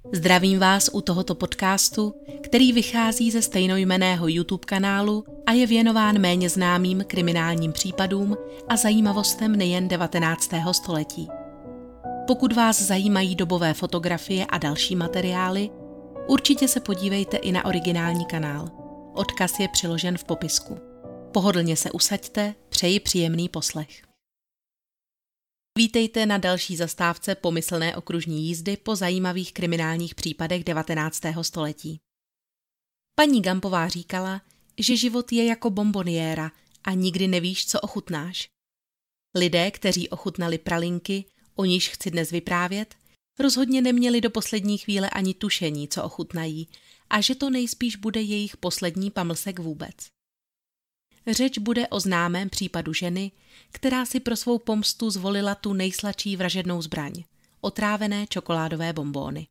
Zdravím vás u tohoto podcastu, který vychází ze stejnojmenného YouTube kanálu a je věnován méně známým kriminálním případům a zajímavostem nejen 19. století. Pokud vás zajímají dobové fotografie a další materiály, určitě se podívejte i na originální kanál. Odkaz je přiložen v popisku. Pohodlně se usaďte, přeji příjemný poslech. Vítejte na další zastávce pomyslné okružní jízdy po zajímavých kriminálních případech 19. století. Paní Gampová říkala, že život je jako bomboniéra a nikdy nevíš, co ochutnáš. Lidé, kteří ochutnali pralinky, o níž chci dnes vyprávět, rozhodně neměli do poslední chvíle ani tušení, co ochutnají, a že to nejspíš bude jejich poslední pamlsek vůbec. Řeč bude o známém případu ženy, která si pro svou pomstu zvolila tu nejsladší vražednou zbraň – otrávené čokoládové bonbóny.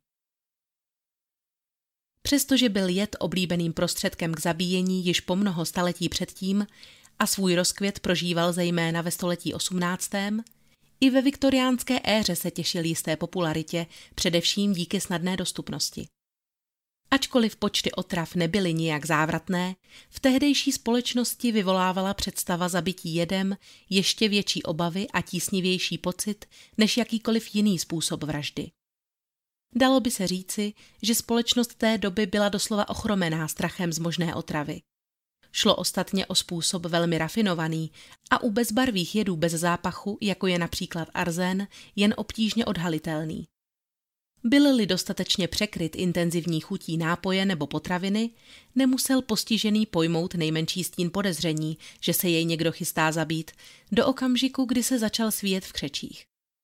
Přestože byl jed oblíbeným prostředkem k zabíjení již po mnoho staletí předtím a svůj rozkvět prožíval zejména ve století 18., i ve viktoriánské éře se těšil jisté popularitě, především díky snadné dostupnosti. Ačkoliv počty otrav nebyly nijak závratné, v tehdejší společnosti vyvolávala představa zabití jedem ještě větší obavy a tísnivější pocit než jakýkoliv jiný způsob vraždy. Dalo by se říci, že společnost té doby byla doslova ochromená strachem z možné otravy. Šlo ostatně o způsob velmi rafinovaný a u bezbarvých jedů bez zápachu, jako je například arzén, jen obtížně odhalitelný. Byl-li dostatečně překryt intenzivní chutí nápoje nebo potraviny, nemusel postižený pojmout nejmenší stín podezření, že se jej někdo chystá zabít, do okamžiku, kdy se začal svíjet v křečích.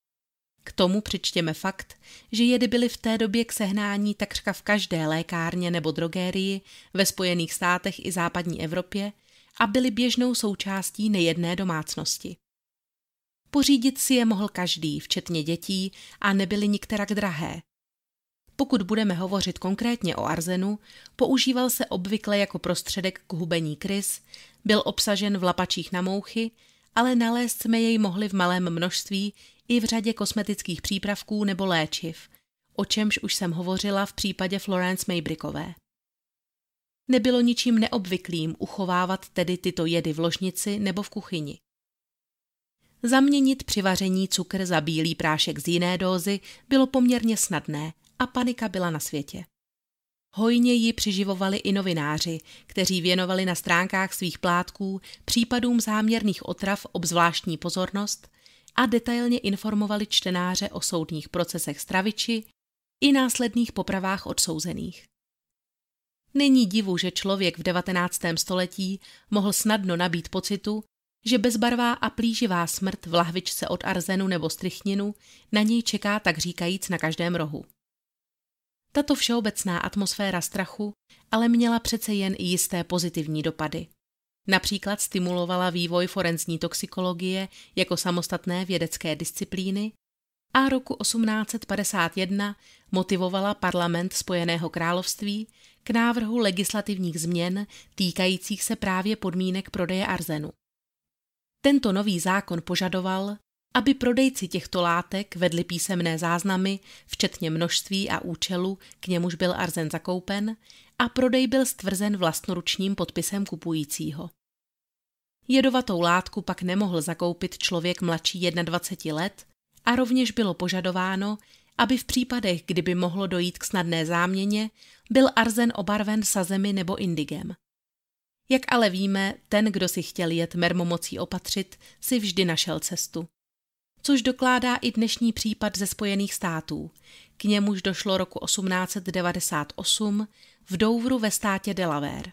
K tomu přičtěme fakt, že jedy byly v té době k sehnání takřka v každé lékárně nebo drogérii ve Spojených státech i západní Evropě a byly běžnou součástí nejedné domácnosti. Pořídit si je mohl každý, včetně dětí, a nebyly nikterak drahé. Pokud budeme hovořit konkrétně o arzenu, používal se obvykle jako prostředek k hubení krys, byl obsažen v lapačích na mouchy, ale nalézt jsme jej mohli v malém množství i v řadě kosmetických přípravků nebo léčiv, o čemž už jsem hovořila v případě Florence Maybrickové. Nebylo ničím neobvyklým uchovávat tedy tyto jedy v ložnici nebo v kuchyni. Zaměnit při vaření cukr za bílý prášek z jiné dózy bylo poměrně snadné a panika byla na světě. Hojně ji přiživovali i novináři, kteří věnovali na stránkách svých plátků případům záměrných otrav obzvláštní pozornost a detailně informovali čtenáře o soudních procesech straviči i následných popravách odsouzených. Není divu, že člověk v 19. století mohl snadno nabýt pocitu, že bezbarvá a plíživá smrt v lahvičce od arzenu nebo strychninu na něj čeká tak říkajíc na každém rohu. Tato všeobecná atmosféra strachu ale měla přece jen i jisté pozitivní dopady. Například stimulovala vývoj forenzní toxikologie jako samostatné vědecké disciplíny a roku 1851 motivovala parlament Spojeného království k návrhu legislativních změn týkajících se právě podmínek prodeje arzenu. Tento nový zákon požadoval, aby prodejci těchto látek vedli písemné záznamy, včetně množství a účelu, k němuž byl arzen zakoupen, a prodej byl stvrzen vlastnoručním podpisem kupujícího. Jedovatou látku pak nemohl zakoupit člověk mladší 21 let a rovněž bylo požadováno, aby v případech, kdyby mohlo dojít k snadné záměně, byl arzen obarven sazemi nebo indigem. Jak ale víme, ten, kdo si chtěl jed mermomocí opatřit, si vždy našel cestu. Což dokládá i dnešní případ ze Spojených států. K němuž došlo roku 1898 v Douvru ve státě Delaware.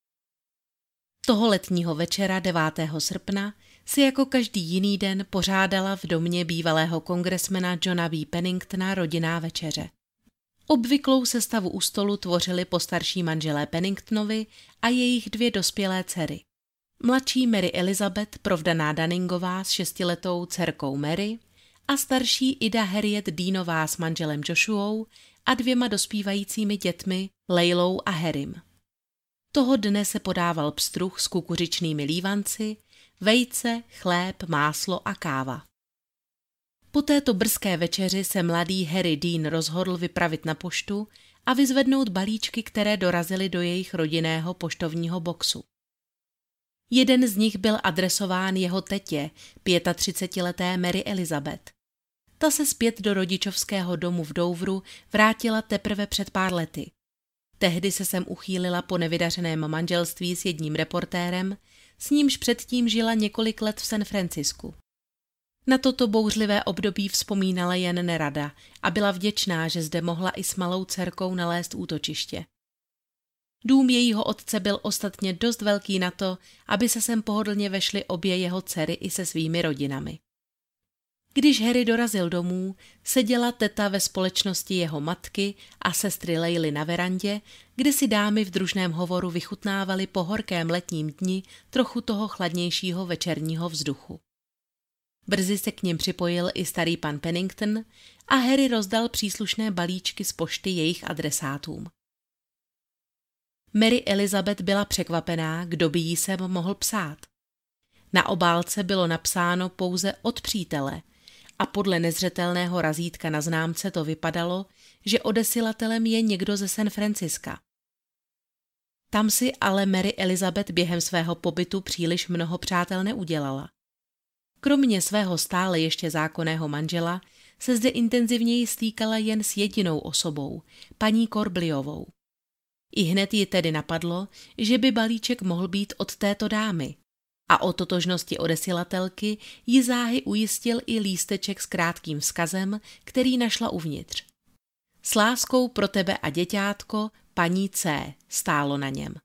Toho letního večera 9. srpna si jako každý jiný den pořádala v domě bývalého kongresmena Johna V. Penningtona rodinná večeře. Obvyklou sestavu u stolu tvořili postarší manželé Penningtonovi a jejich 2 dospělé dcery. Mladší Mary Elizabeth, provdaná Dunningová s 6letou dcerkou Mary, a starší Ida Harriet Deanová s manželem Joshuou a 2 dospívajícími dětmi Leilou a Harrym. Toho dne se podával pstruh s kukuřičnými lívanci, vejce, chléb, máslo a káva. Po této brzké večeři se mladý Harry Dean rozhodl vypravit na poštu a vyzvednout balíčky, které dorazily do jejich rodinného poštovního boxu. Jeden z nich byl adresován jeho tetě, 35leté Mary Elizabeth. Ta se zpět do rodičovského domu v Douvru vrátila teprve před pár lety. Tehdy se sem uchýlila po nevydařeném manželství s jedním reportérem, s nímž předtím žila několik let v San Francisku. Na toto bouřlivé období vzpomínala jen nerada a byla vděčná, že zde mohla i s malou dcerkou nalézt útočiště. Dům jejího otce byl ostatně dost velký na to, aby se sem pohodlně vešly obě jeho dcery i se svými rodinami. Když Harry dorazil domů, seděla teta ve společnosti jeho matky a sestry Leily na verandě, kde si dámy v družném hovoru vychutnávaly po horkém letním dni trochu toho chladnějšího večerního vzduchu. Brzy se k nim připojil i starý pan Pennington a Harry rozdal příslušné balíčky z pošty jejich adresátům. Mary Elizabeth byla překvapená, kdo by jí sem mohl psát. Na obálce bylo napsáno pouze od přítele a podle nezřetelného razítka na známce to vypadalo, že odesilatelem je někdo ze San Franciska. Tam si ale Mary Elizabeth během svého pobytu příliš mnoho přátel neudělala. Kromě svého stále ještě zákonného manžela se zde intenzivněji stýkala jen s jedinou osobou, paní Corbleyovou. Ihned ji tedy napadlo, že by balíček mohl být od této dámy. A o totožnosti odesilatelky ji záhy ujistil i lísteček s krátkým vzkazem, který našla uvnitř. S láskou pro tebe a děťátko, paní C. stálo na něm.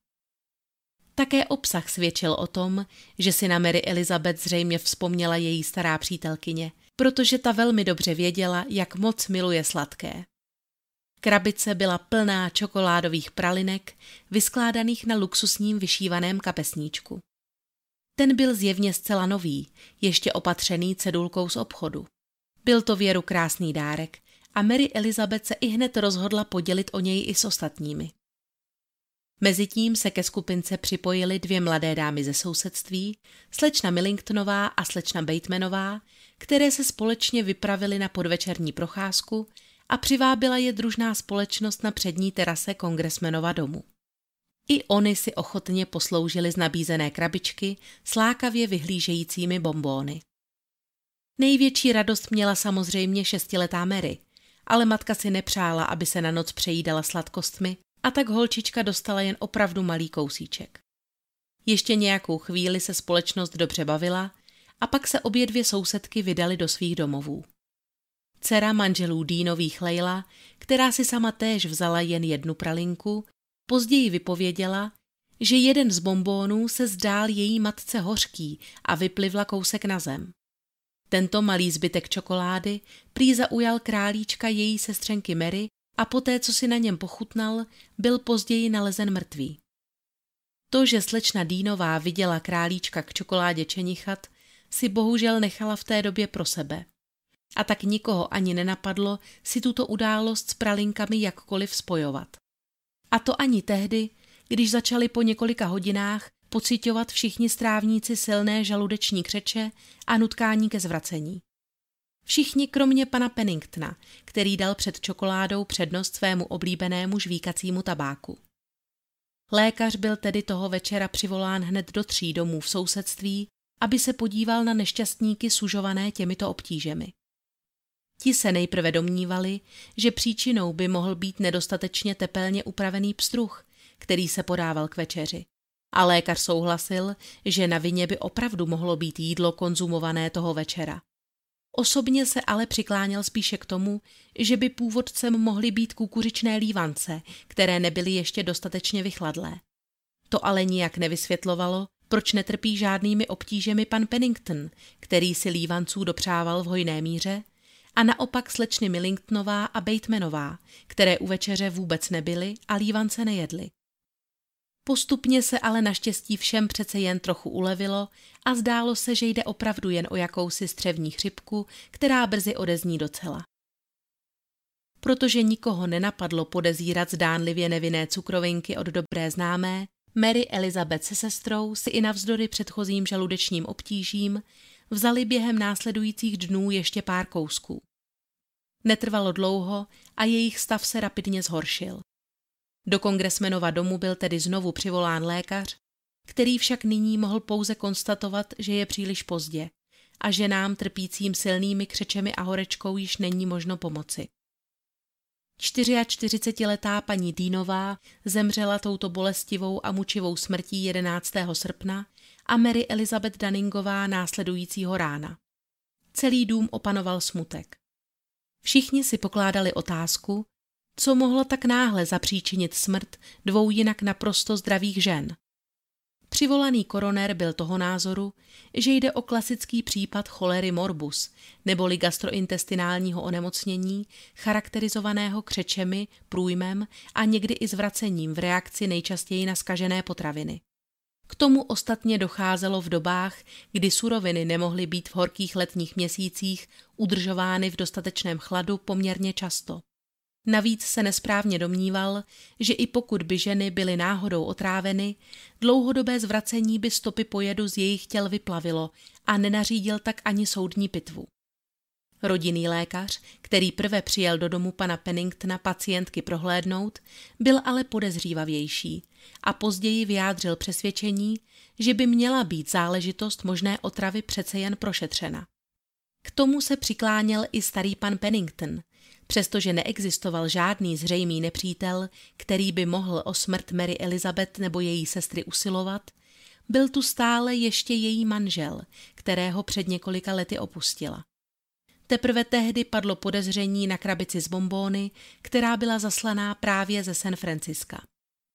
Také obsah svědčil o tom, že si na Mary Elizabeth zřejmě vzpomněla její stará přítelkyně, protože ta velmi dobře věděla, jak moc miluje sladké. Krabice byla plná čokoládových pralinek, vyskládaných na luxusním vyšívaném kapesníčku. Ten byl zjevně zcela nový, ještě opatřený cedulkou z obchodu. Byl to věru krásný dárek a Mary Elizabeth se ihned rozhodla podělit o něj i s ostatními. Mezitím se ke skupince připojily dvě mladé dámy ze sousedství, slečna Millingtonová a slečna Batemanová, které se společně vypravily na podvečerní procházku a přivábila je družná společnost na přední terase kongresmenova domu. I oni si ochotně posloužili z nabízené krabičky s lákavě vyhlížejícími bonbóny. Největší radost měla samozřejmě 6letá Mary, ale matka si nepřála, aby se na noc přejídala sladkostmi, a tak holčička dostala jen opravdu malý kousíček. Ještě nějakou chvíli se společnost dobře bavila a pak se obě dvě sousedky vydaly do svých domovů. Dcera manželů Deanových Leila, která si sama též vzala jen jednu pralinku, později vypověděla, že jeden z bonbónů se zdál její matce hořký a vyplivla kousek na zem. Tento malý zbytek čokolády prý zaujal králíčka její sestřenky Mary a poté, co si na něm pochutnal, byl později nalezen mrtvý. To, že slečna Deanová viděla králíčka k čokoládě čenichat, si bohužel nechala v té době pro sebe. A tak nikoho ani nenapadlo si tuto událost s pralinkami jakkoliv spojovat. A to ani tehdy, když začali po několika hodinách pociťovat všichni strávníci silné žaludeční křeče a nutkání ke zvracení. Všichni kromě pana Penningtona, který dal před čokoládou přednost svému oblíbenému žvíkacímu tabáku. Lékař byl tedy toho večera přivolán hned do 3 domů v sousedství, aby se podíval na nešťastníky sužované těmito obtížemi. Ti se nejprve domnívali, že příčinou by mohl být nedostatečně tepelně upravený pstruh, který se podával k večeři. A lékař souhlasil, že na vině by opravdu mohlo být jídlo konzumované toho večera. Osobně se ale přikláněl spíše k tomu, že by původcem mohly být kukuřičné lívance, které nebyly ještě dostatečně vychladlé. To ale nijak nevysvětlovalo, proč netrpí žádnými obtížemi pan Pennington, který si lívanců dopřával v hojné míře, a naopak slečny Millingtonová a Batemanová, které u večeře vůbec nebyly a lívance nejedly. Postupně se ale naštěstí všem přece jen trochu ulevilo a zdálo se, že jde opravdu jen o jakousi střevní chřipku, která brzy odezní docela. Protože nikoho nenapadlo podezírat zdánlivě nevinné cukrovinky od dobré známé, Mary Elizabeth se sestrou si i navzdory předchozím žaludečním obtížím vzali během následujících dnů ještě pár kousků. Netrvalo dlouho a jejich stav se rapidně zhoršil. Do kongresmenova domu byl tedy znovu přivolán lékař, který však nyní mohl pouze konstatovat, že je příliš pozdě a ženám trpícím silnými křečemi a horečkou již není možno pomoci. 44letá paní Deanová zemřela touto bolestivou a mučivou smrtí 11. srpna a Mary Elizabeth Dunningová následujícího rána. Celý dům opanoval smutek. Všichni si pokládali otázku, co mohlo tak náhle zapříčinit smrt dvou jinak naprosto zdravých žen. Přivolaný koroner byl toho názoru, že jde o klasický případ cholery morbus, neboli gastrointestinálního onemocnění, charakterizovaného křečemi, průjmem a někdy i zvracením v reakci nejčastěji na zkažené potraviny. K tomu ostatně docházelo v dobách, kdy suroviny nemohly být v horkých letních měsících udržovány v dostatečném chladu poměrně často. Navíc se nesprávně domníval, že i pokud by ženy byly náhodou otráveny, dlouhodobé zvracení by stopy pojedu z jejich těl vyplavilo a nenařídil tak ani soudní pitvu. Rodinný lékař, který prve přijel do domu pana Penningtona pacientky prohlédnout, byl ale podezřívavější a později vyjádřil přesvědčení, že by měla být záležitost možné otravy přece jen prošetřena. K tomu se přikláněl i starý pan Pennington, přestože neexistoval žádný zřejmý nepřítel, který by mohl o smrt Mary Elizabeth nebo její sestry usilovat, byl tu stále ještě její manžel, kterého před několika lety opustila. Teprve tehdy padlo podezření na krabici z bonbóny, která byla zaslaná právě ze San Franciska.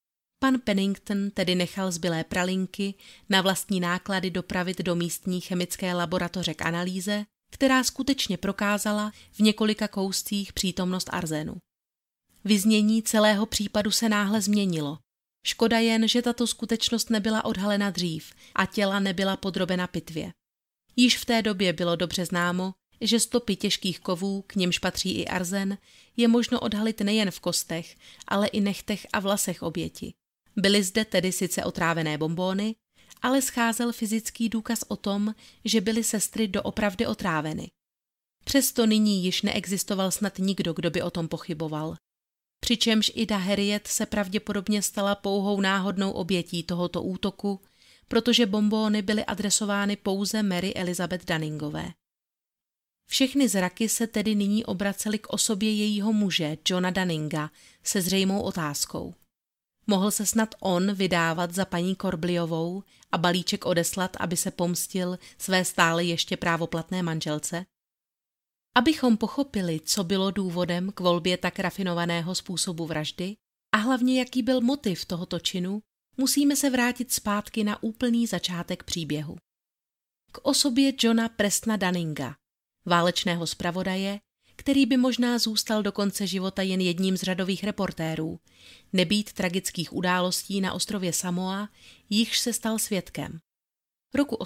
Pan Pennington tedy nechal zbylé pralinky na vlastní náklady dopravit do místní chemické laboratoře k analýze, která skutečně prokázala v několika kouscích přítomnost arzénu. Vyznění celého případu se náhle změnilo. Škoda jen, že tato skutečnost nebyla odhalena dřív a těla nebyla podrobena pitvě. Již v té době bylo dobře známo, že stopy těžkých kovů, k nimž patří i arzen, je možno odhalit nejen v kostech, ale i nechtech a vlasech oběti. Byly zde tedy sice otrávené bonbóny, ale scházel fyzický důkaz o tom, že byly sestry doopravdy otráveny. Přesto nyní již neexistoval snad nikdo, kdo by o tom pochyboval. Přičemž Ida Harriet se pravděpodobně stala pouhou náhodnou obětí tohoto útoku, protože bonbóny byly adresovány pouze Mary Elizabeth Dunningové. Všechny zraky se tedy nyní obracely k osobě jejího muže, Johna Dunninga, se zřejmou otázkou. Mohl se snad on vydávat za paní Corbliovou a balíček odeslat, aby se pomstil své stále ještě právoplatné manželce? Abychom pochopili, co bylo důvodem k volbě tak rafinovaného způsobu vraždy a hlavně jaký byl motiv tohoto činu, musíme se vrátit zpátky na úplný začátek příběhu. K osobě Johna Prestona Dunninga, válečného zpravodaje, který by možná zůstal do konce života jen jedním z řadových reportérů, nebýt tragických událostí na ostrově Samoa, jichž se stal svědkem. Roku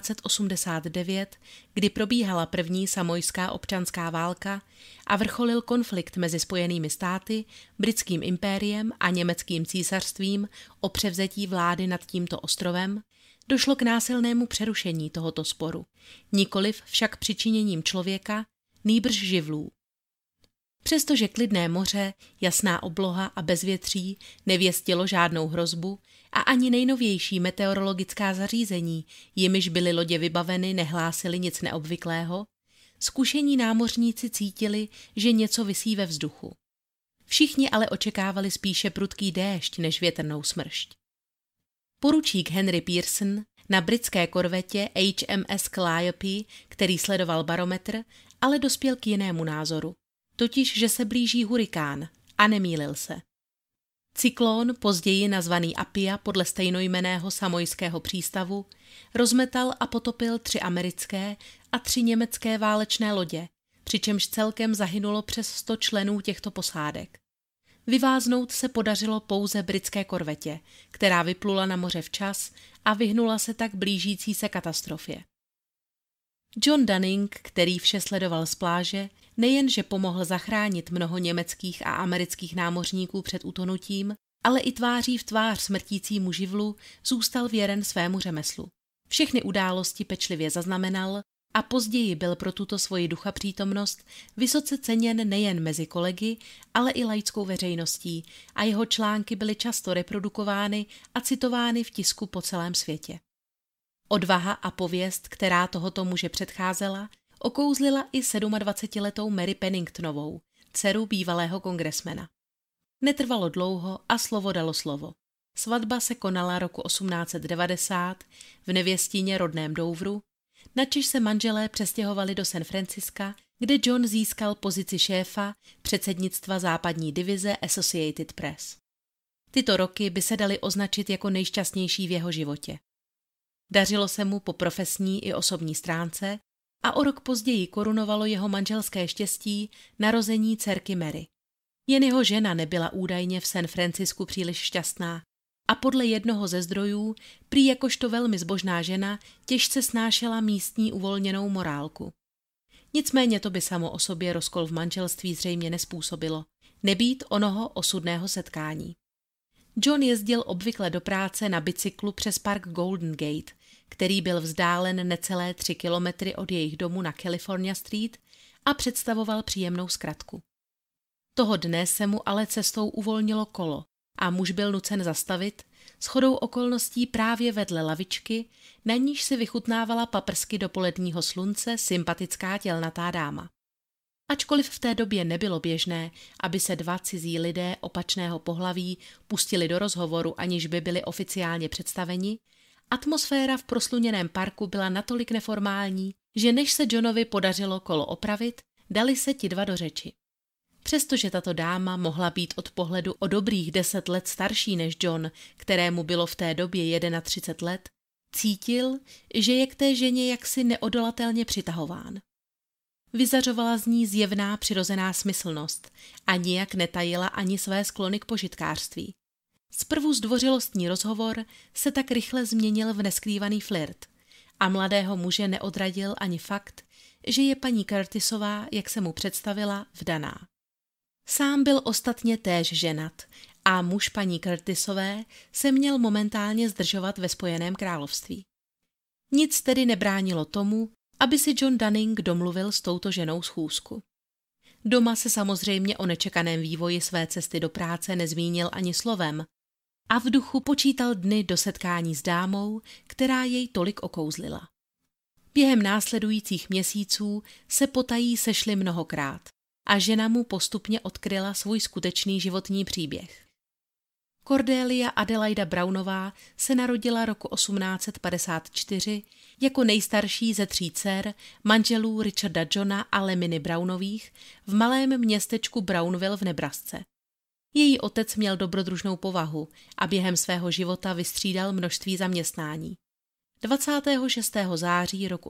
1889, kdy probíhala první samojská občanská válka a vrcholil konflikt mezi Spojenými státy, britským impériem a německým císařstvím o převzetí vlády nad tímto ostrovem, došlo k násilnému přerušení tohoto sporu, nikoliv však přičiněním člověka, nýbrž živlů. Přestože klidné moře, jasná obloha a bezvětří nevěstilo žádnou hrozbu a ani nejnovější meteorologická zařízení, jimiž byly lodě vybaveny, nehlásily nic neobvyklého, zkušení námořníci cítili, že něco visí ve vzduchu. Všichni ale očekávali spíše prudký déšť než větrnou smršť. Poručík Henry Pearson na britské korvetě HMS Calliope, který sledoval barometr, ale dospěl k jinému názoru, totiž že se blíží hurikán, a nemýlil se. Cyklón, později nazvaný Apia podle stejnojmenného samojského přístavu, rozmetal a potopil 3 americké a 3 německé válečné lodě, přičemž celkem zahynulo přes 100 členů těchto posádek. Vyváznout se podařilo pouze britské korvetě, která vyplula na moře včas a vyhnula se tak blížící se katastrofě. John Dunning, který vše sledoval z pláže, nejenže pomohl zachránit mnoho německých a amerických námořníků před utonutím, ale i tváří v tvář smrtícímu živlu zůstal věren svému řemeslu. Všechny události pečlivě zaznamenal, a později byl pro tuto svoji duchapřítomnost vysoce ceněn nejen mezi kolegy, ale i laickou veřejností a jeho články byly často reprodukovány a citovány v tisku po celém světě. Odvaha a pověst, která tohoto muže předcházela, okouzlila i 27letou Mary Penningtonovou, dceru bývalého kongresmena. Netrvalo dlouho a slovo dalo slovo. Svatba se konala roku 1890 v nevěstině rodném Douvru, načež se manželé přestěhovali do San Franciska, kde John získal pozici šéfa předsednictva západní divize Associated Press. Tyto roky by se daly označit jako nejšťastnější v jeho životě. Dařilo se mu po profesní i osobní stránce a o rok později korunovalo jeho manželské štěstí narození dcerky Mary. Jen jeho žena nebyla údajně v San Francisku příliš šťastná a podle jednoho ze zdrojů prý jakožto velmi zbožná žena těžce snášela místní uvolněnou morálku. Nicméně to by samo o sobě rozkol v manželství zřejmě nespůsobilo, nebýt onoho osudného setkání. John jezdil obvykle do práce na bicyklu přes park Golden Gate, který byl vzdálen necelé 3 kilometry od jejich domu na California Street a představoval příjemnou zkratku. Toho dne se mu ale cestou uvolnilo kolo a muž byl nucen zastavit, shodou okolností právě vedle lavičky, na níž si vychutnávala paprsky dopoledního slunce sympatická tělnatá dáma. Ačkoliv v té době nebylo běžné, aby se dva cizí lidé opačného pohlaví pustili do rozhovoru, aniž by byli oficiálně představeni, atmosféra v prosluněném parku byla natolik neformální, že než se Johnovi podařilo kolo opravit, dali se ti dva do řeči. Přestože tato dáma mohla být od pohledu o dobrých 10 let starší než John, kterému bylo v té době 31 let, cítil, že je k té ženě jaksi neodolatelně přitahován. Vyzařovala z ní zjevná přirozená smyslnost a nijak netajila ani své sklony k požitkářství. Zprvu zdvořilostní rozhovor se tak rychle změnil v neskrývaný flirt a mladého muže neodradil ani fakt, že je paní Curtisová, jak se mu představila, vdaná. Sám byl ostatně též ženat a muž paní Curtisové se měl momentálně zdržovat ve Spojeném království. Nic tedy nebránilo tomu, aby si John Dunning domluvil s touto ženou schůzku. Doma se samozřejmě o nečekaném vývoji své cesty do práce nezmínil ani slovem a v duchu počítal dny do setkání s dámou, která jej tolik okouzlila. Během následujících měsíců se potají sešli mnohokrát a žena mu postupně odkryla svůj skutečný životní příběh. Cordelia Adelaida Brownová se narodila roku 1854 jako nejstarší ze 3 dcer manželů Richarda Johna a Leminy Brownových v malém městečku Brownville v Nebrasce. Její otec měl dobrodružnou povahu a během svého života vystřídal množství zaměstnání. 26. září roku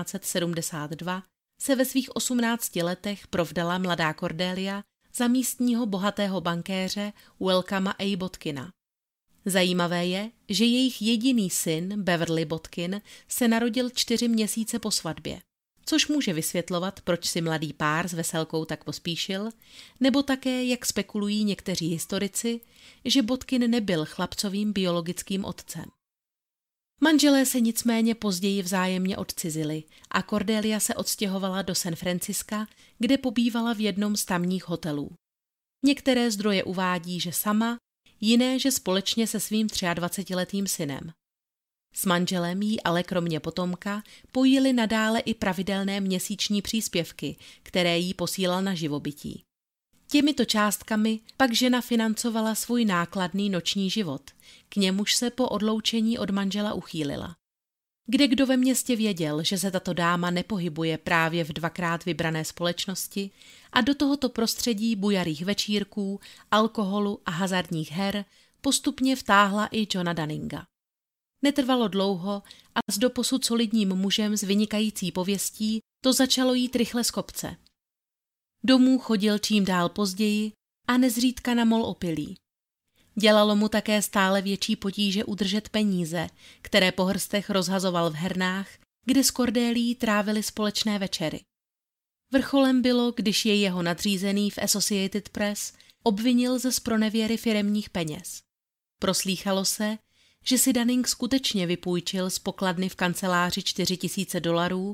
1872 se ve svých 18 letech provdala mladá Cordelia za místního bohatého bankéře Wellcoma A. Botkina. Zajímavé je, že jejich jediný syn, Beverly Botkin, se narodil 4 měsíce po svatbě, což může vysvětlovat, proč si mladý pár s veselkou tak pospíšil, nebo také, jak spekulují někteří historici, že Botkin nebyl chlapcovým biologickým otcem. Manželé se nicméně později vzájemně odcizili a Cordelia se odstěhovala do San Franciska, kde pobývala v jednom z tamních hotelů. Některé zdroje uvádí, že sama, jiné, že společně se svým 23letým synem. S manželem jí ale kromě potomka pojili nadále i pravidelné měsíční příspěvky, které jí posílal na živobytí. Těmito částkami pak žena financovala svůj nákladný noční život, k němuž se po odloučení od manžela uchýlila. Kdekdo ve městě věděl, že se tato dáma nepohybuje právě v 2krát vybrané společnosti a do tohoto prostředí bujarých večírků, alkoholu a hazardních her postupně vtáhla i Johna Dunninga. Netrvalo dlouho a s doposud solidním mužem s vynikající pověstí to začalo jít rychle z kopce. Domů chodil čím dál později a nezřídka na mol opilý. Dělalo mu také stále větší potíže udržet peníze, které po hrstech rozhazoval v hernách, kde s Cordelií trávili společné večery. Vrcholem bylo, když jej jeho nadřízený v Associated Press obvinil ze zpronevěry firemních peněz. Proslýchalo se, že si Dunning skutečně vypůjčil z pokladny v kanceláři $4 000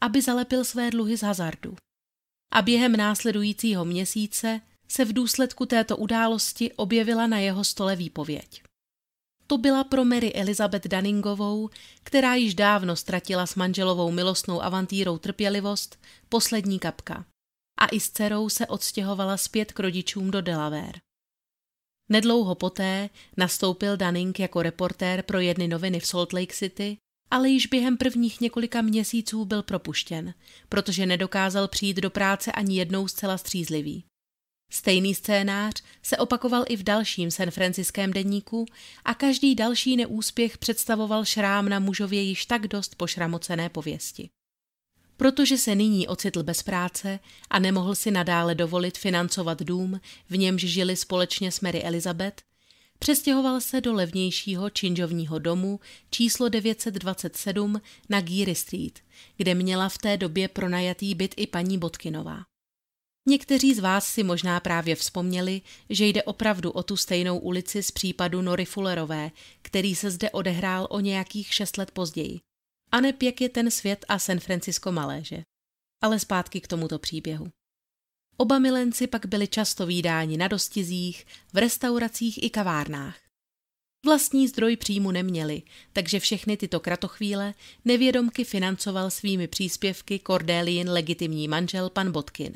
aby zalepil své dluhy z hazardu. A během následujícího měsíce se v důsledku této události objevila na jeho stole výpověď. To byla pro Mary Elizabeth Dunningovou, která již dávno ztratila s manželovou milostnou avantýrou trpělivost, poslední kapka a i s dcerou se odstěhovala zpět k rodičům do Delaware. Nedlouho poté nastoupil Dunning jako reportér pro jedny noviny v Salt Lake City, ale již během prvních několika měsíců byl propuštěn, protože nedokázal přijít do práce ani jednou zcela střízlivý. Stejný scénář se opakoval i v dalším sanfranciském deníku a každý další neúspěch představoval šrám na mužově již tak dost pošramocené pověsti. Protože se nyní ocitl bez práce a nemohl si nadále dovolit financovat dům, v němž žili společně s Mary Elizabeth, přestěhoval se do levnějšího činžovního domu číslo 927 na Geary Street, kde měla v té době pronajatý byt i paní Botkinová. Někteří z vás si možná právě vzpomněli, že jde opravdu o tu stejnou ulici z případu Nory Fullerové, který se zde odehrál o nějakých 6 let později. A neb jak je ten svět a San Francisco malé, že? Ale zpátky k tomuto příběhu. Oba milenci pak byli často vídáni na dostizích, v restauracích i kavárnách. Vlastní zdroj příjmu neměli, takže všechny tyto kratochvíle nevědomky financoval svými příspěvky Cordélien legitimní manžel pan Botkin.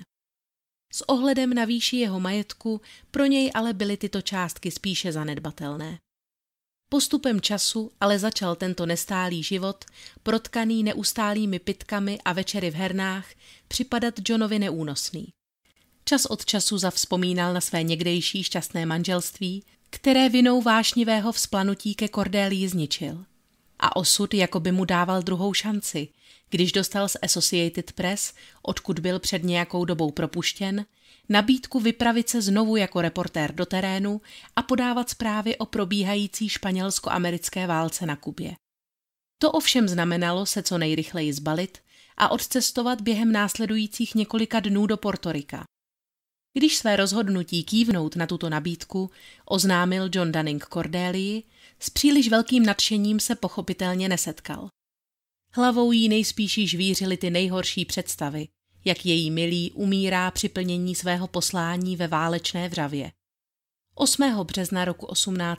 S ohledem na výši jeho majetku pro něj ale byly tyto částky spíše zanedbatelné. Postupem času ale začal tento nestálý život, protkaný neustálými pitkami a večery v hernách, připadat Johnovi neúnosný. Čas od času zavzpomínal na své někdejší šťastné manželství, které vinou vášnivého vzplanutí ke Cordélii zničil. A osud jako by mu dával druhou šanci, když dostal z Associated Press, odkud byl před nějakou dobou propuštěn, nabídku vypravit se znovu jako reportér do terénu a podávat zprávy o probíhající španělsko-americké válce na Kubě. To ovšem znamenalo se co nejrychleji zbalit a odcestovat během následujících několika dnů do Portorika. Když své rozhodnutí kývnout na tuto nabídku oznámil John Dunning Cordélii, s příliš velkým nadšením se pochopitelně nesetkal. Hlavou jí nejspíš již vířily ty nejhorší představy, jak její milý umírá při plnění svého poslání ve válečné vřavě. 8. března roku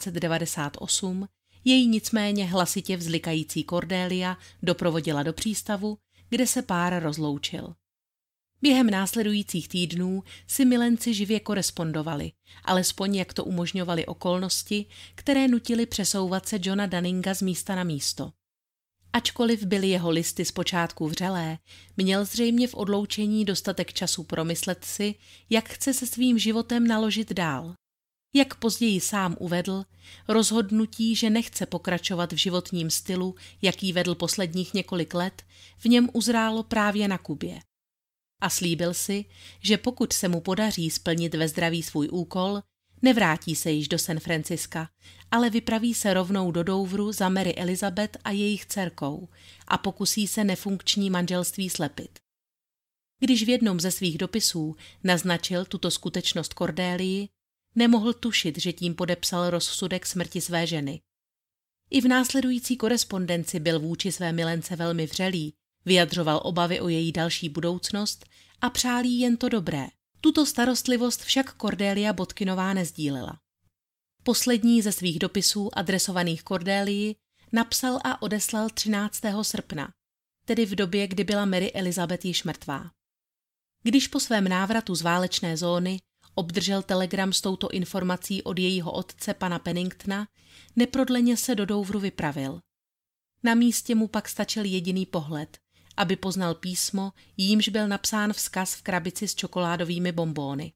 1898 jej nicméně hlasitě vzlikající Cordélia doprovodila do přístavu, kde se pár rozloučil. Během následujících týdnů si milenci živě korespondovali, alespoň jak to umožňovaly okolnosti, které nutily přesouvat se Johna Dunninga z místa na místo. Ačkoliv byly jeho listy zpočátku vřelé, měl zřejmě v odloučení dostatek času promyslet si, jak chce se svým životem naložit dál. Jak později sám uvedl, rozhodnutí, že nechce pokračovat v životním stylu, jaký vedl posledních několik let, v něm uzrálo právě na Kubě. A slíbil si, že pokud se mu podaří splnit ve zdraví svůj úkol, nevrátí se již do San Franciska, ale vypraví se rovnou do Douvru za Mary Elizabeth a jejich dcerkou a pokusí se nefunkční manželství slepit. Když v jednom ze svých dopisů naznačil tuto skutečnost Cordélii, nemohl tušit, že tím podepsal rozsudek smrti své ženy. I v následující korespondenci byl vůči své milence velmi vřelý, vyjadřoval obavy o její další budoucnost a přál jí jen to dobré. Tuto starostlivost však Cordélia Botkinová nezdílela. Poslední ze svých dopisů adresovaných Cordélii napsal a odeslal 13. srpna, tedy v době, kdy byla Mary Elizabeth již mrtvá. Když po svém návratu z válečné zóny obdržel telegram s touto informací od jejího otce pana Penningtona, neprodleně se do Douvru vypravil. Na místě mu pak stačil jediný pohled, aby poznal písmo, jímž byl napsán vzkaz v krabici s čokoládovými bonbóny.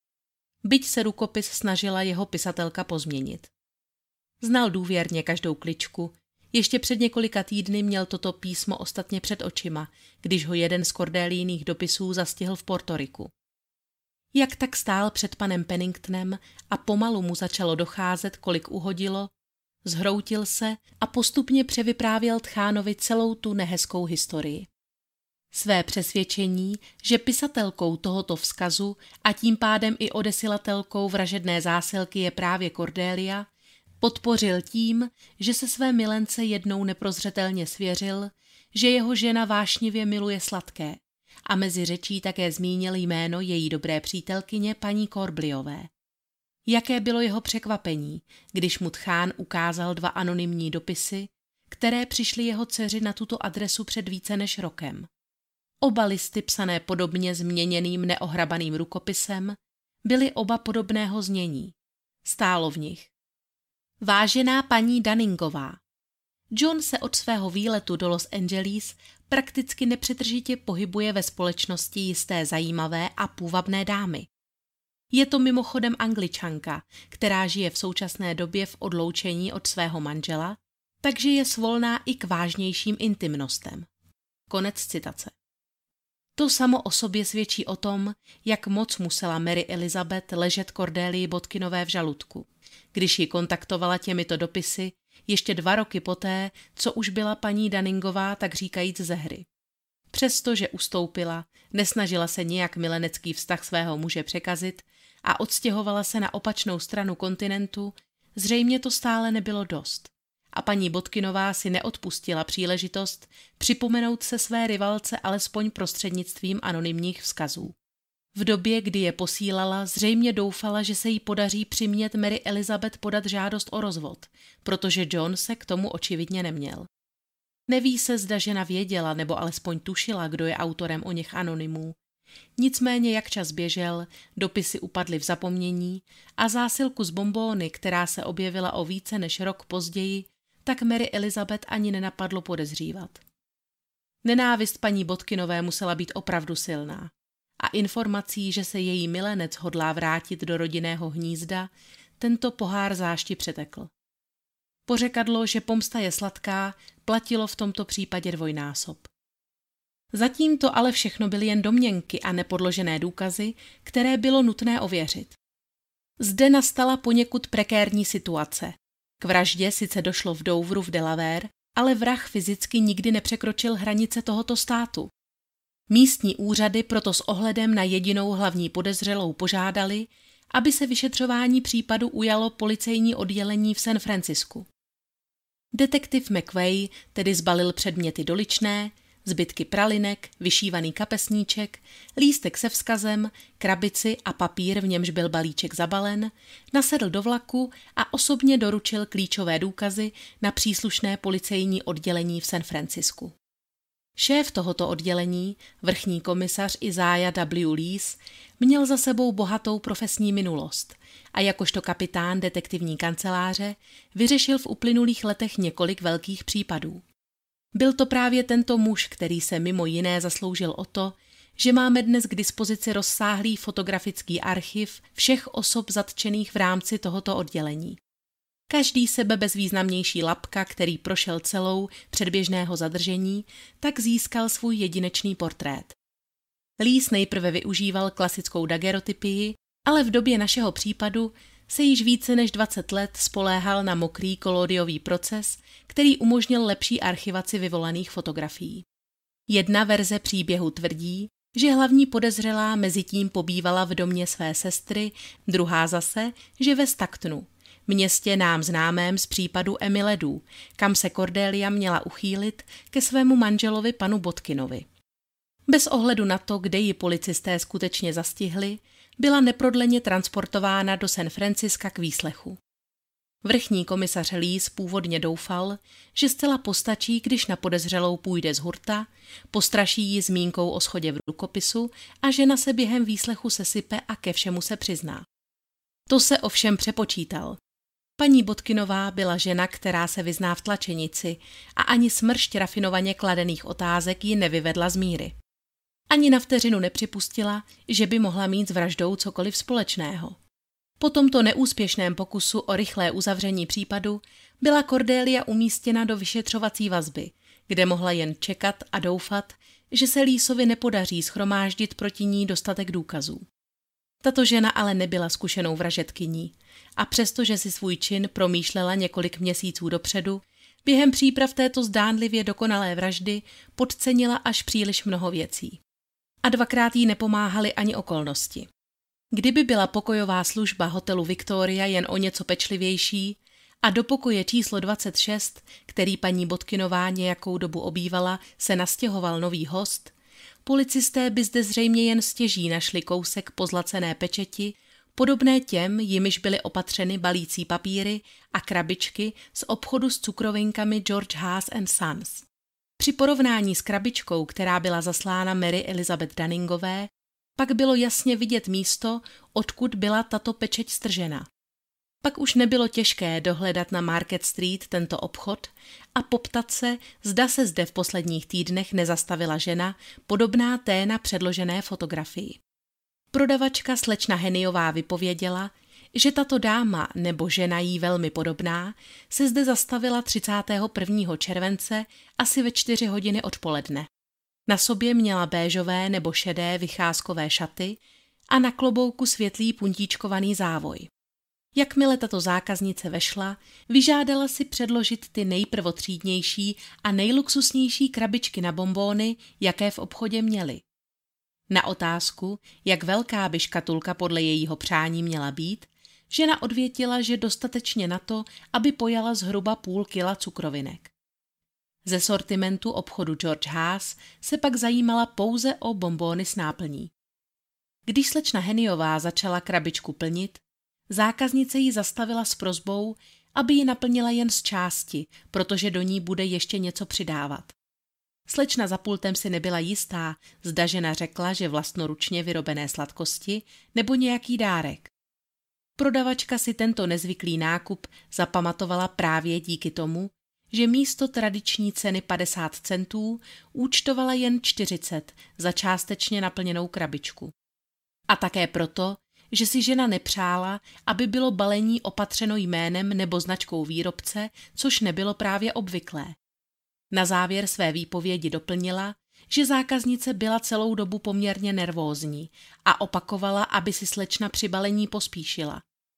Byť se rukopis snažila jeho pisatelka pozměnit. Znal důvěrně každou kličku, ještě před několika týdny měl toto písmo ostatně před očima, když ho jeden z Cordélíných dopisů zastihl v Portoriku. Jak tak stál před panem Penningtonem a pomalu mu začalo docházet, kolik uhodilo, zhroutil se a postupně převyprávěl Tchánovi celou tu nehezkou historii. Své přesvědčení, že pisatelkou tohoto vzkazu a tím pádem i odesilatelkou vražedné zásilky je právě Cordélia, podpořil tím, že se své milence jednou neprozřetelně svěřil, že jeho žena vášnivě miluje sladké a mezi řečí také zmínil jméno její dobré přítelkyně paní Corbliové. Jaké bylo jeho překvapení, když mu Tchán ukázal 2 anonymní dopisy, které přišly jeho dceři na tuto adresu před více než rokem. Oba listy psané podobně změněným neohrabaným rukopisem byly oba podobného znění. Stálo v nich: Vážená paní Dunningová, John se od svého výletu do Los Angeles prakticky nepřetržitě pohybuje ve společnosti jisté zajímavé a půvabné dámy. Je to mimochodem Angličanka, která žije v současné době v odloučení od svého manžela, takže je svolná i k vážnějším intimnostem. Konec citace. To samo o sobě svědčí o tom, jak moc musela Mary Elizabeth ležet Cordélii Botkinové v žaludku, když ji kontaktovala těmito dopisy ještě 2 roky poté, co už byla paní Dunningová tak říkajíc ze hry. Přestože ustoupila, nesnažila se nijak milenecký vztah svého muže překazit a odstěhovala se na opačnou stranu kontinentu, zřejmě to stále nebylo dost. A paní Botkinová si neodpustila příležitost připomenout se své rivalce alespoň prostřednictvím anonymních vzkazů. V době, kdy je posílala, zřejmě doufala, že se jí podaří přimět Mary Elizabeth podat žádost o rozvod, protože John se k tomu očividně neměl. Neví se, zda žena věděla nebo alespoň tušila, kdo je autorem oněch anonymů. Nicméně, jak čas běžel, dopisy upadly v zapomnění a zásilku z bonbóny, která se objevila o více než rok později, tak Mary Elizabeth ani nenapadlo podezřívat. Nenávist paní Botkinové musela být opravdu silná a informací, že se její milenec hodlá vrátit do rodinného hnízda, tento pohár zášti přetekl. Pořekadlo, že pomsta je sladká, platilo v tomto případě dvojnásob. Zatím to ale všechno byly jen domněnky a nepodložené důkazy, které bylo nutné ověřit. Zde nastala poněkud prekérní situace. K vraždě sice došlo v Doveru v Delaware, ale vrah fyzicky nikdy nepřekročil hranice tohoto státu. Místní úřady proto s ohledem na jedinou hlavní podezřelou požádali, aby se vyšetřování případu ujalo policejní oddělení v San Francisku. Detektiv McVeigh tedy zbalil předměty doličné, zbytky pralinek, vyšívaný kapesníček, lístek se vzkazem, krabici a papír, v němž byl balíček zabalen, nasedl do vlaku a osobně doručil klíčové důkazy na příslušné policejní oddělení v San Francisku. Šéf tohoto oddělení, vrchní komisař Isaiah W. Lees, měl za sebou bohatou profesní minulost a jakožto kapitán detektivní kanceláře vyřešil v uplynulých letech několik velkých případů. Byl to právě tento muž, který se mimo jiné zasloužil o to, že máme dnes k dispozici rozsáhlý fotografický archiv všech osob zatčených v rámci tohoto oddělení. Každý sebebezvýznamnější labka, který prošel celou předběžného zadržení, tak získal svůj jedinečný portrét. Lees nejprve využíval klasickou dagerotypii, ale v době našeho případu se již více než 20 let spoléhal na mokrý kolodiový proces, který umožnil lepší archivaci vyvolaných fotografií. Jedna verze příběhu tvrdí, že hlavní podezřelá mezitím pobývala v domě své sestry, druhá zase, že ve Stacktonu, městě nám známém z případu Emmy Ledů, kam se Cordelia měla uchýlit ke svému manželovi panu Botkinovi. Bez ohledu na to, kde ji policisté skutečně zastihli, byla neprodleně transportována do San Franciska k výslechu. Vrchní komisař Lees původně doufal, že zcela postačí, když na podezřelou půjde z hurta, postraší ji zmínkou o shodě v rukopisu a žena se během výslechu sesype a ke všemu se přizná. To se ovšem přepočítal. Paní Botkinová byla žena, která se vyzná v tlačenici a ani smršť rafinovaně kladených otázek ji nevyvedla z míry. Ani na vteřinu nepřipustila, že by mohla mít s vraždou cokoliv společného. Po tomto neúspěšném pokusu o rychlé uzavření případu byla Cordelia umístěna do vyšetřovací vazby, kde mohla jen čekat a doufat, že se Leesovi nepodaří shromáždit proti ní dostatek důkazů. Tato žena ale nebyla zkušenou vražedkyní a přestože si svůj čin promýšlela několik měsíců dopředu, během příprav této zdánlivě dokonalé vraždy podcenila až příliš mnoho věcí. A dvakrát jí nepomáhaly ani okolnosti. Kdyby byla pokojová služba hotelu Victoria jen o něco pečlivější a do pokoje číslo 26, který paní Botkinová nějakou dobu obývala, se nastěhoval nový host, policisté by zde zřejmě jen stěží našli kousek pozlacené pečeti, podobné těm, jimiž byly opatřeny balící papíry a krabičky z obchodu s cukrovinkami George Haas & Sons. Při porovnání s krabičkou, která byla zaslána Mary Elizabeth Dunningové, pak bylo jasně vidět místo, odkud byla tato pečeť stržena. Pak už nebylo těžké dohledat na Market Street tento obchod a poptat se, zda se zde v posledních týdnech nezastavila žena, podobná té na předložené fotografii. Prodavačka slečna Hennyová vypověděla, že tato dáma nebo žena jí velmi podobná se zde zastavila 31. července asi ve 4 hodiny odpoledne. Na sobě měla béžové nebo šedé vycházkové šaty a na klobouku světlý puntíčkovaný závoj. Jakmile tato zákaznice vešla, vyžádala si předložit ty nejprvotřídnější a nejluxusnější krabičky na bonbóny, jaké v obchodě měly. Na otázku, jak velká by škatulka podle jejího přání měla být, žena odvětila, že dostatečně na to, aby pojala zhruba půl kila cukrovinek. Ze sortimentu obchodu George Haas se pak zajímala pouze o bonbóny s náplní. Když slečna Hennyová začala krabičku plnit, zákaznice ji zastavila s prosbou, aby ji naplnila jen z části, protože do ní bude ještě něco přidávat. Slečna za pultem si nebyla jistá, zda žena řekla, že vlastnoručně vyrobené sladkosti nebo nějaký dárek. Prodavačka si tento nezvyklý nákup zapamatovala právě díky tomu, že místo tradiční ceny 50 centů účtovala jen 40 za částečně naplněnou krabičku. A také proto, že si žena nepřála, aby bylo balení opatřeno jménem nebo značkou výrobce, což nebylo právě obvyklé. Na závěr své výpovědi doplnila, že zákaznice byla celou dobu poměrně nervózní a opakovala, aby si slečna při balení pospíšila.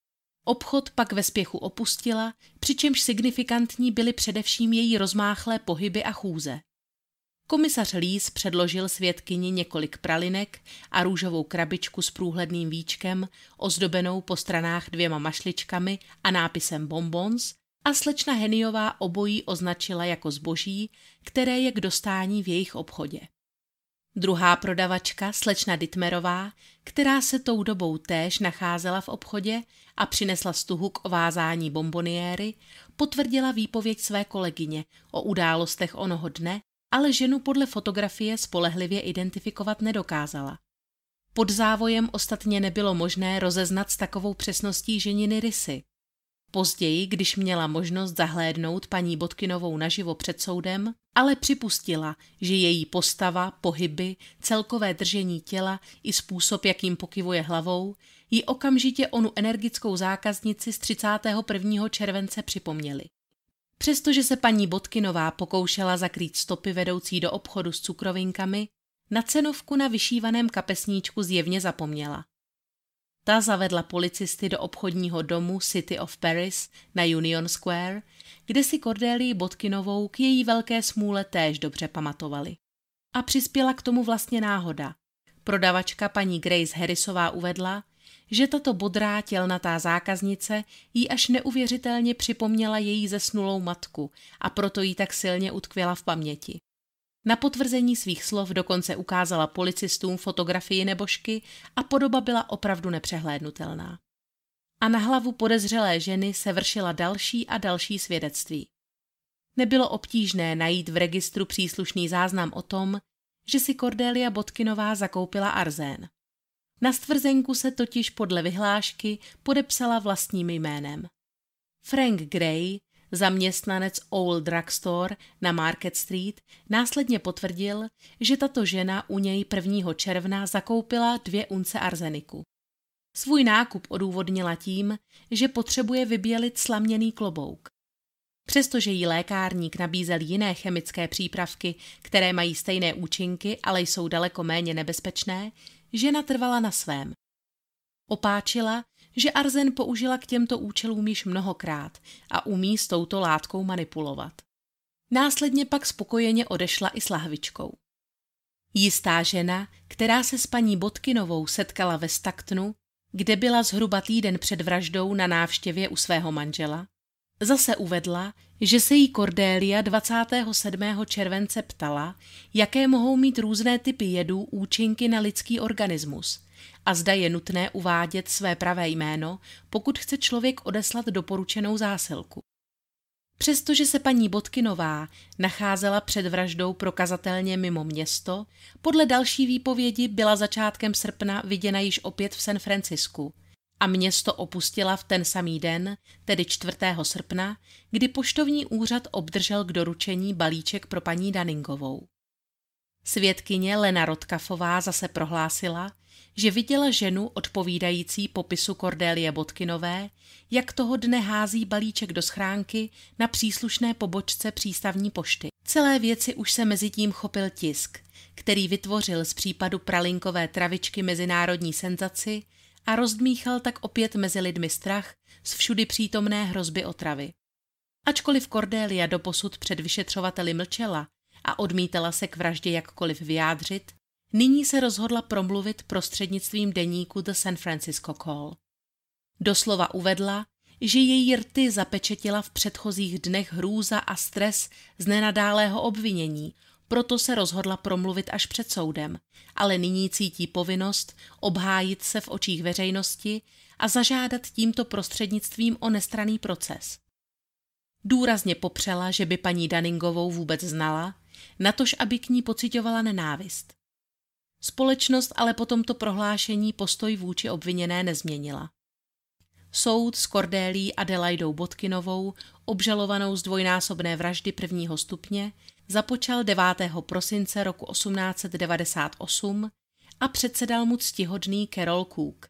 Obchod pak ve spěchu opustila, přičemž signifikantní byly především její rozmáchlé pohyby a chůze. Komisař Lees předložil svědkyni několik pralinek a růžovou krabičku s průhledným víčkem, ozdobenou po stranách 2 mašličkami a nápisem Bonbons, a slečna Hennyová obojí označila jako zboží, které je k dostání v jejich obchodě. Druhá prodavačka, slečna Dittmerová, která se tou dobou též nacházela v obchodě a přinesla stuhu k ovázání bonboniéry, potvrdila výpověď své kolegyně o událostech onoho dne, ale ženu podle fotografie spolehlivě identifikovat nedokázala. Pod závojem ostatně nebylo možné rozeznat s takovou přesností ženiny rysy. Později, když měla možnost zahlédnout paní Botkinovou naživo před soudem, ale připustila, že její postava, pohyby, celkové držení těla i způsob, jakým pokyvuje hlavou, jí okamžitě onu energickou zákaznici z 31. července připomněli. Přestože se paní Botkinová pokoušela zakrýt stopy vedoucí do obchodu s cukrovinkami, na cenovku na vyšívaném kapesníčku zjevně zapomněla. Ta zavedla policisty do obchodního domu City of Paris na Union Square, kde si Cordélii Botkinovou k její velké smůle též dobře pamatovali. A přispěla k tomu vlastně náhoda. Prodavačka paní Grace Harrisová uvedla, že tato bodrá tělnatá zákaznice jí až neuvěřitelně připomněla její zesnulou matku a proto jí tak silně utkvěla v paměti. Na potvrzení svých slov dokonce ukázala policistům fotografii nebožky a podoba byla opravdu nepřehlédnutelná. A na hlavu podezřelé ženy se vršila další a další svědectví. Nebylo obtížné najít v registru příslušný záznam o tom, že si Cordélia Botkinová zakoupila arzén. Na stvrzenku se totiž podle vyhlášky podepsala vlastním jménem. Frank Gray, zaměstnanec Old Drugstore na Market Street, následně potvrdil, že tato žena u něj 1. června zakoupila 2 unce arzeniku. Svůj nákup odůvodnila tím, že potřebuje vybělit slaměný klobouk. Přestože jí lékárník nabízel jiné chemické přípravky, které mají stejné účinky, ale jsou daleko méně nebezpečné, žena trvala na svém. Opáčila, že arzen použila k těmto účelům již mnohokrát a umí s touto látkou manipulovat. Následně pak spokojeně odešla i s lahvičkou. Jistá žena, která se s paní Botkinovou setkala ve Stacktonu, kde byla zhruba týden před vraždou na návštěvě u svého manžela, Zase uvedla, že se jí Cordelia 27. července ptala, jaké mohou mít různé typy jedů účinky na lidský organismus a zda je nutné uvádět své pravé jméno, pokud chce člověk odeslat doporučenou zásilku. Přestože se paní Botkinová nacházela před vraždou prokazatelně mimo město, podle další výpovědi byla začátkem srpna viděna již opět v San Francisku a město opustila v ten samý den, tedy 4. srpna, kdy poštovní úřad obdržel k doručení balíček pro paní Dunningovou. Svědkyně Lena Rotkafová zase prohlásila, že viděla ženu odpovídající popisu Cordelie Botkinové, jak toho dne hází balíček do schránky na příslušné pobočce přístavní pošty. Celé věci už se mezitím chopil tisk, který vytvořil z případu pralinkové travičky mezinárodní senzaci a rozdmíchal tak opět mezi lidmi strach z všudy přítomné hrozby otravy. Ačkoliv Cordelia doposud před vyšetřovateli mlčela a odmítala se k vraždě jakkoliv vyjádřit, nyní se rozhodla promluvit prostřednictvím deníku The San Francisco Call. Doslova uvedla, že její rty zapečetila v předchozích dnech hrůza a stres z nenadálého obvinění, proto se rozhodla promluvit až před soudem, ale nyní cítí povinnost obhájit se v očích veřejnosti a zažádat tímto prostřednictvím o nestranný proces. Důrazně popřela, že by paní Dunningovou vůbec znala, natož aby k ní pociťovala nenávist. Společnost ale po tomto prohlášení postoj vůči obviněné nezměnila. Soud s Cordelií Adelaidou Botkinovou, obžalovanou z dvojnásobné vraždy 1. stupně, započal 9. prosince roku 1898 a předsedal mu ctihodný Carol Cook.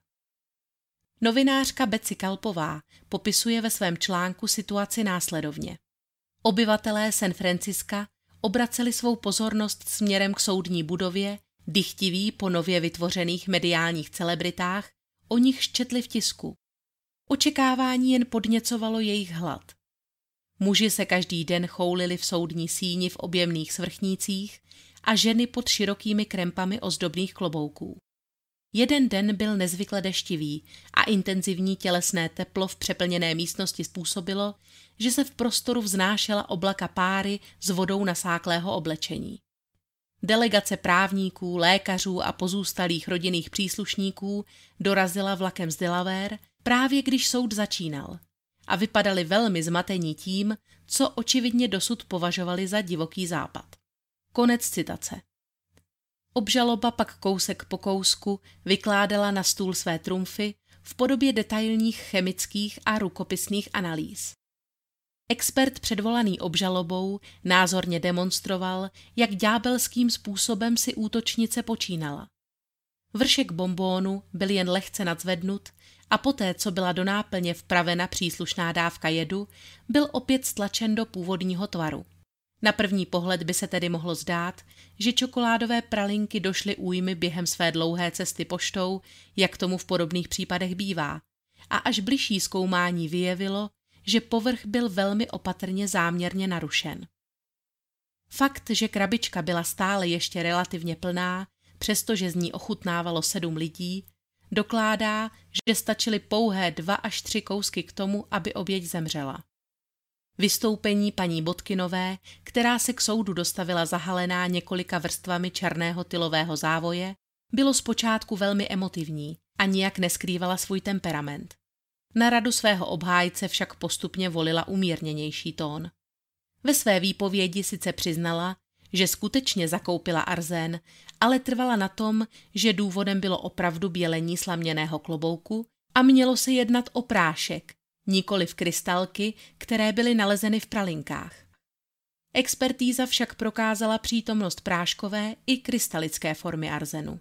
Novinářka Betsy Kalpová popisuje ve svém článku situaci následovně. Obyvatelé San Franciska obraceli svou pozornost směrem k soudní budově, dychtiví po nově vytvořených mediálních celebritách, o nichž četli v tisku. Očekávání jen podněcovalo jejich hlad. Muži se každý den choulili v soudní síni v objemných svrchnících a ženy pod širokými krempami ozdobných klobouků. Jeden den byl nezvykle deštivý a intenzivní tělesné teplo v přeplněné místnosti způsobilo, že se v prostoru vznášela oblaka páry s vodou nasáklého oblečení. Delegace právníků, lékařů a pozůstalých rodinných příslušníků dorazila vlakem z Delaware, právě když soud začínal, a vypadali velmi zmatení tím, co očividně dosud považovali za divoký západ. Konec citace. Obžaloba pak kousek po kousku vykládala na stůl své trumfy v podobě detailních chemických a rukopisných analýz. Expert předvolaný obžalobou názorně demonstroval, jak ďábelským způsobem si útočnice počínala. Vršek bonbónu byl jen lehce nadzvednut a poté, co byla do náplně vpravena příslušná dávka jedu, byl opět stlačen do původního tvaru. Na první pohled by se tedy mohlo zdát, že čokoládové pralinky došly újmy během své dlouhé cesty poštou, jak tomu v podobných případech bývá, a až bližší zkoumání vyjevilo, že povrch byl velmi opatrně záměrně narušen. Fakt, že krabička byla stále ještě relativně plná, přestože z ní ochutnávalo 7 lidí, dokládá, že stačily pouhé 2 až 3 kousky k tomu, aby oběť zemřela. Vystoupení paní Botkinové, která se k soudu dostavila zahalená několika vrstvami černého tylového závoje, bylo zpočátku velmi emotivní a nijak neskrývala svůj temperament. Na radu svého obhájce však postupně volila umírněnější tón. Ve své výpovědi sice přiznala, že skutečně zakoupila arzén, ale trvala na tom, že důvodem bylo opravdu bělení slaměného klobouku a mělo se jednat o prášek, nikoliv krystalky, které byly nalezeny v pralinkách. Expertíza však prokázala přítomnost práškové i krystalické formy arzenu.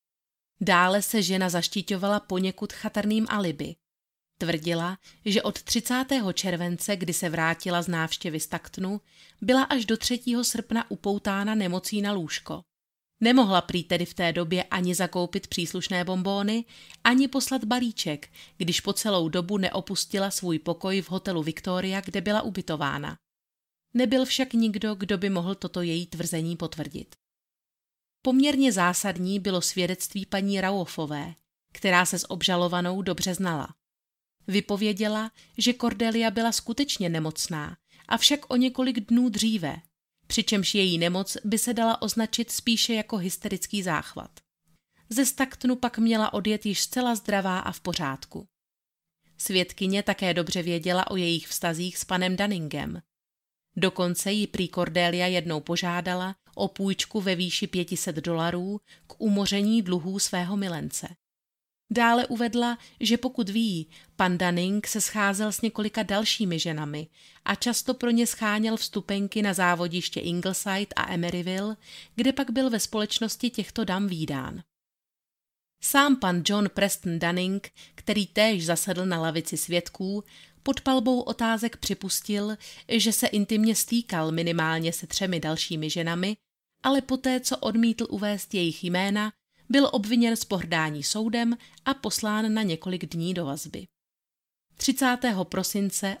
Dále se žena zaštiťovala poněkud chatrným alibi. Tvrdila, že od 30. července, kdy se vrátila z návštěvy z Tactonu, byla až do 3. srpna upoutána nemocí na lůžko. Nemohla prý tedy v té době ani zakoupit příslušné bonbóny, ani poslat balíček, když po celou dobu neopustila svůj pokoj v hotelu Victoria, kde byla ubytována. Nebyl však nikdo, kdo by mohl toto její tvrzení potvrdit. Poměrně zásadní bylo svědectví paní Rauofové, která se s obžalovanou dobře znala. Vypověděla, že Cordelia byla skutečně nemocná, avšak o několik dnů dříve, přičemž její nemoc by se dala označit spíše jako hysterický záchvat. Ze Stacktonu pak měla odjet již zcela zdravá a v pořádku. Svědkyně také dobře věděla o jejich vztazích s panem Dunningem. Dokonce ji prý Cordelia jednou požádala o půjčku ve výši $500 k umoření dluhů svého milence. Dále uvedla, že pokud ví, pan Dunning se scházel s několika dalšími ženami a často pro ně scháněl vstupenky na závodiště Ingleside a Emeryville, kde pak byl ve společnosti těchto dam vídán. Sám pan John Preston Dunning, který též zasedl na lavici svědků, pod palbou otázek připustil, že se intimně stýkal minimálně se 3 dalšími ženami, ale poté, co odmítl uvést jejich jména, byl obviněn z pohrdání soudem a poslán na několik dní do vazby. 30. prosince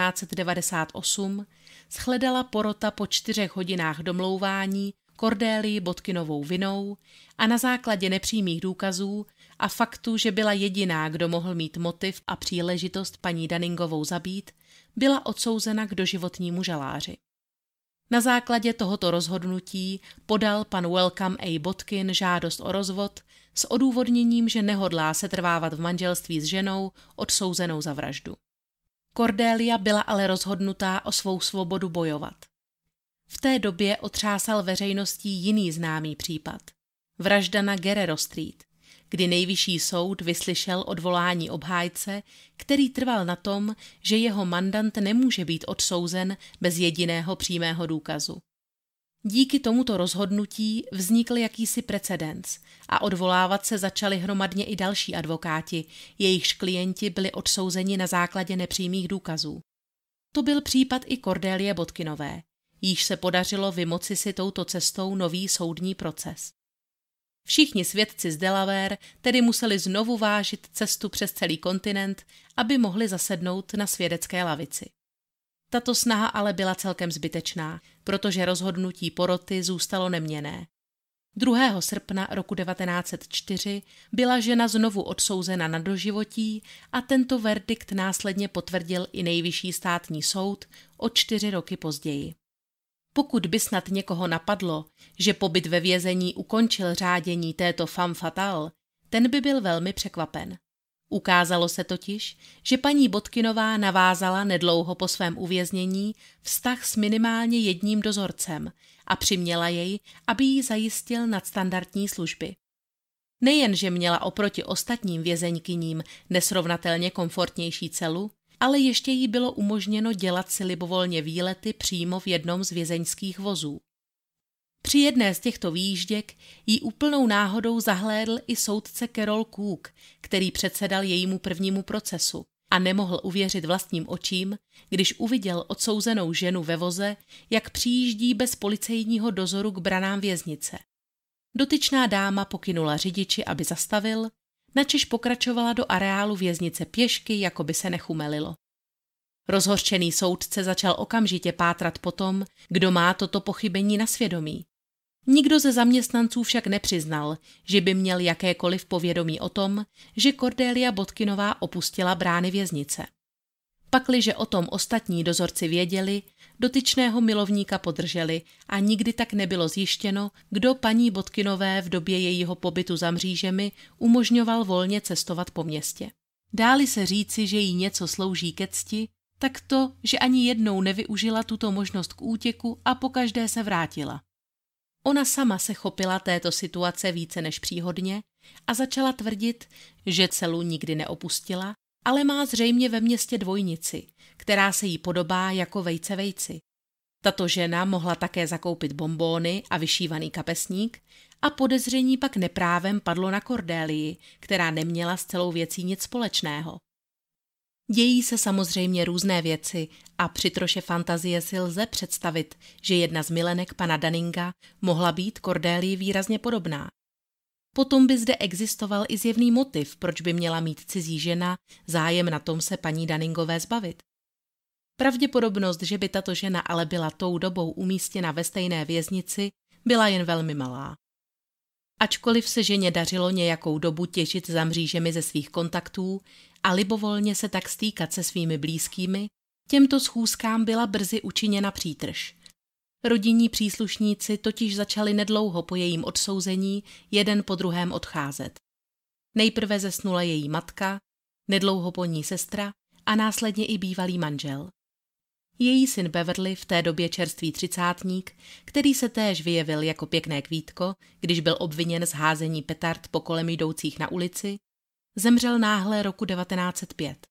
1898 shledala porota po 4 hodinách domlouvání Cordélii Botkinovou vinou a na základě nepřímých důkazů a faktu, že byla jediná, kdo mohl mít motiv a příležitost paní Dunningovou zabít, byla odsouzena k doživotnímu žaláři. Na základě tohoto rozhodnutí podal pan Wellcome A. Botkin žádost o rozvod s odůvodněním, že nehodlá setrvávat v manželství s ženou odsouzenou za vraždu. Cordelia byla ale rozhodnutá o svou svobodu bojovat. V té době otřásal veřejností jiný známý případ. Vražda na Guerrero Street, kdy nejvyšší soud vyslyšel odvolání obhájce, který trval na tom, že jeho mandant nemůže být odsouzen bez jediného přímého důkazu. Díky tomuto rozhodnutí vznikl jakýsi precedens a odvolávat se začali hromadně i další advokáti, jejichž klienti byli odsouzeni na základě nepřímých důkazů. To byl případ i Cordelie Botkinové, jíž se podařilo vymoci si touto cestou nový soudní proces. Všichni svědci z Delaware tedy museli znovu vážit cestu přes celý kontinent, aby mohli zasednout na svědecké lavici. Tato snaha ale byla celkem zbytečná, protože rozhodnutí poroty zůstalo neměnné. 2. srpna roku 1904 byla žena znovu odsouzena na doživotí a tento verdikt následně potvrdil i nejvyšší státní soud o 4 roky později. Pokud by snad někoho napadlo, že pobyt ve vězení ukončil řádění této femme fatale, ten by byl velmi překvapen. Ukázalo se totiž, že paní Botkinová navázala nedlouho po svém uvěznění vztah s minimálně jedním dozorcem a přiměla jej, aby jí zajistil nadstandardní služby. Nejenže měla oproti ostatním vězeňkyním nesrovnatelně komfortnější celu, ale ještě jí bylo umožněno dělat si libovolně výlety přímo v jednom z vězeňských vozů. Při jedné z těchto výjížděk jí úplnou náhodou zahlédl i soudce Carroll Cook, který předsedal jejímu prvnímu procesu a nemohl uvěřit vlastním očím, když uviděl odsouzenou ženu ve voze, jak přijíždí bez policejního dozoru k branám věznice. Dotyčná dáma pokynula řidiči, aby zastavil, načež pokračovala do areálu věznice pěšky, jako by se nechumelilo. Rozhořčený soudce začal okamžitě pátrat po tom, kdo má toto pochybení na svědomí. Nikdo ze zaměstnanců však nepřiznal, že by měl jakékoliv povědomí o tom, že Cordelia Botkinová opustila brány věznice. Pakliže o tom ostatní dozorci věděli, dotyčného milovníka podrželi a nikdy tak nebylo zjištěno, kdo paní Botkinové v době jejího pobytu za mřížemi umožňoval volně cestovat po městě. Dáli se říci, že jí něco slouží ke cti, tak to, že ani jednou nevyužila tuto možnost k útěku a pokaždé se vrátila. Ona sama se chopila této situace více než příhodně a začala tvrdit, že celu nikdy neopustila, ale má zřejmě ve městě dvojnici, která se jí podobá jako vejce vejci. Tato žena mohla také zakoupit bonbóny a vyšívaný kapesník a podezření pak neprávem padlo na Cordelii, která neměla s celou věcí nic společného. Dějí se samozřejmě různé věci a při troše fantazie si lze představit, že jedna z milenek pana Dunninga mohla být Cordelii výrazně podobná. Potom by zde existoval i zjevný motiv, proč by měla mít cizí žena zájem na tom se paní Dunningové zbavit. Pravděpodobnost, že by tato žena ale byla tou dobou umístěna ve stejné věznici, byla jen velmi malá. Ačkoliv se ženě dařilo nějakou dobu těžit za mřížemi ze svých kontaktů a libovolně se tak stýkat se svými blízkými, těmto schůzkám byla brzy učiněna přítrž. Rodinní příslušníci totiž začali nedlouho po jejím odsouzení jeden po druhém odcházet. Nejprve zesnula její matka, nedlouho po ní sestra a následně i bývalý manžel. Její syn Beverly, v té době čerstvý třicátník, který se též vyjevil jako pěkné kvítko, když byl obviněn z házení petard po kolem jdoucích na ulici, zemřel náhle roku 1905.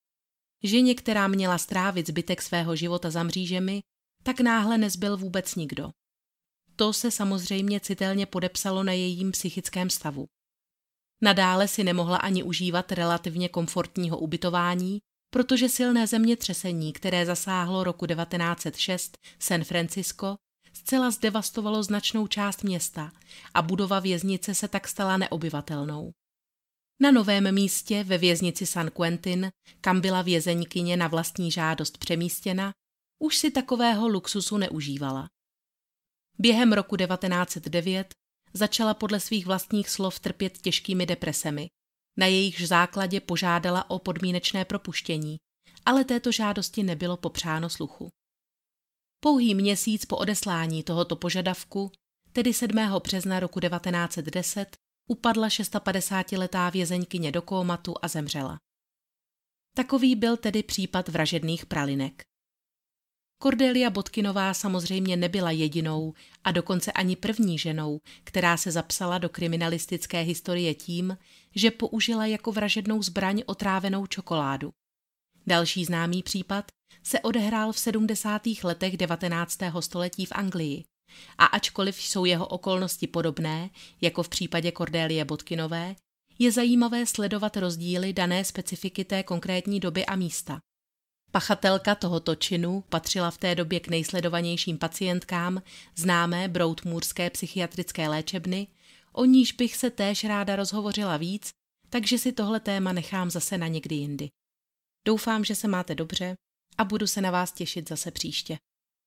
Ženě, která měla strávit zbytek svého života za mřížemi, tak náhle nezbyl vůbec nikdo. To se samozřejmě citelně podepsalo na jejím psychickém stavu. Nadále si nemohla ani užívat relativně komfortního ubytování, protože silné zemětřesení, které zasáhlo roku 1906 San Francisco, zcela zdevastovalo značnou část města a budova věznice se tak stala neobyvatelnou. Na novém místě ve věznici San Quentin, kam byla vězeňkyně na vlastní žádost přemístěna, už si takového luxusu neužívala. Během roku 1909 začala podle svých vlastních slov trpět těžkými depresemi. Na jejichž základě požádala o podmínečné propuštění, ale této žádosti nebylo popřáno sluchu. Pouhý měsíc po odeslání tohoto požadavku, tedy 7. března roku 1910, upadla 56letá vězeňkyně do kómatu a zemřela. Takový byl tedy případ vražedných pralinek. Cordelia Botkinová samozřejmě nebyla jedinou a dokonce ani první ženou, která se zapsala do kriminalistické historie tím, že použila jako vražednou zbraň otrávenou čokoládu. Další známý případ se odehrál v 70. letech 19. století v Anglii a ačkoliv jsou jeho okolnosti podobné, jako v případě Cordelie Botkinové, je zajímavé sledovat rozdíly dané specifiky té konkrétní doby a místa. Pachatelka tohoto činu patřila v té době k nejsledovanějším pacientkám známé Broadmoorské psychiatrické léčebny, o níž bych se též ráda rozhovořila víc, takže si tohle téma nechám zase na někdy jindy. Doufám, že se máte dobře a budu se na vás těšit zase příště.